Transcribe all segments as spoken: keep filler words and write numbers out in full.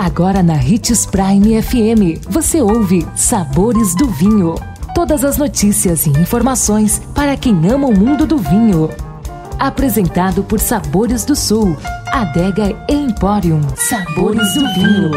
Agora na Hits Prime F M, você ouve Sabores do Vinho. Todas as notícias e informações para quem ama o mundo do vinho. Apresentado por Sabores do Sul, Adega Emporium. Sabores do Vinho.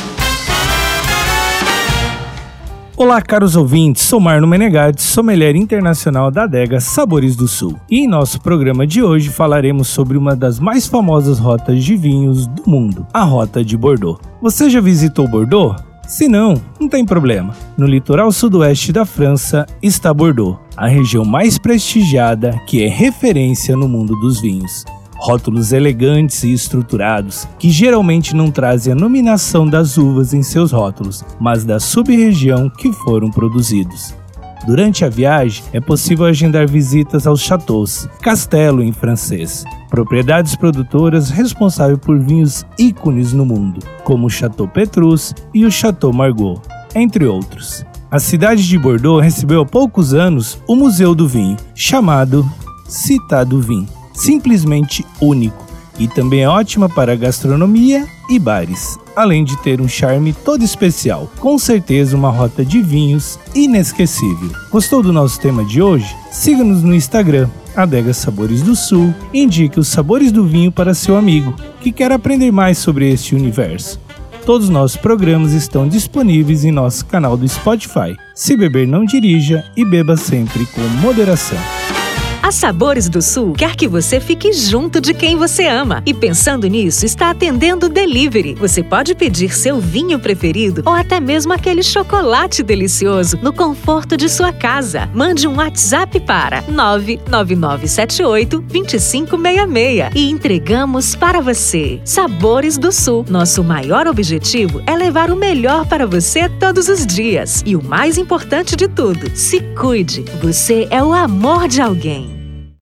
Olá, caros ouvintes, sou Marno Menegatti, sommelier internacional da Adega Sabores do Sul. E em nosso programa de hoje falaremos sobre uma das mais famosas rotas de vinhos do mundo, a Rota de Bordeaux. Você já visitou Bordeaux? Se não, não tem problema. No litoral sudoeste da França está Bordeaux, a região mais prestigiada que é referência no mundo dos vinhos. Rótulos elegantes e estruturados, que geralmente não trazem a nominação das uvas em seus rótulos, mas da sub-região que foram produzidos. Durante a viagem, é possível agendar visitas aos châteaux, castelo em francês, propriedades produtoras responsáveis por vinhos ícones no mundo, como o Château Petrus e o Château Margaux, entre outros. A cidade de Bordeaux recebeu há poucos anos o Museu do Vinho, chamado Cité du Vin. Simplesmente único e também é ótima para gastronomia e bares, além de ter um charme todo especial, com certeza uma rota de vinhos inesquecível. Gostou do nosso tema de hoje? Siga-nos no Instagram, Adega Sabores do Sul, e indique os sabores do vinho para seu amigo, que quer aprender mais sobre este universo. Todos os nossos programas estão disponíveis em nosso canal do Spotify. Se beber, não dirija e beba sempre com moderação. A Sabores do Sul quer que você fique junto de quem você ama. E pensando nisso, está atendendo delivery. Você pode pedir seu vinho preferido ou até mesmo aquele chocolate delicioso no conforto de sua casa. Mande um WhatsApp para nove nove nove sete oito, dois cinco seis seis e entregamos para você. Sabores do Sul. Nosso maior objetivo é levar o melhor para você todos os dias. E o mais importante de tudo, se cuide. Você é o amor de alguém.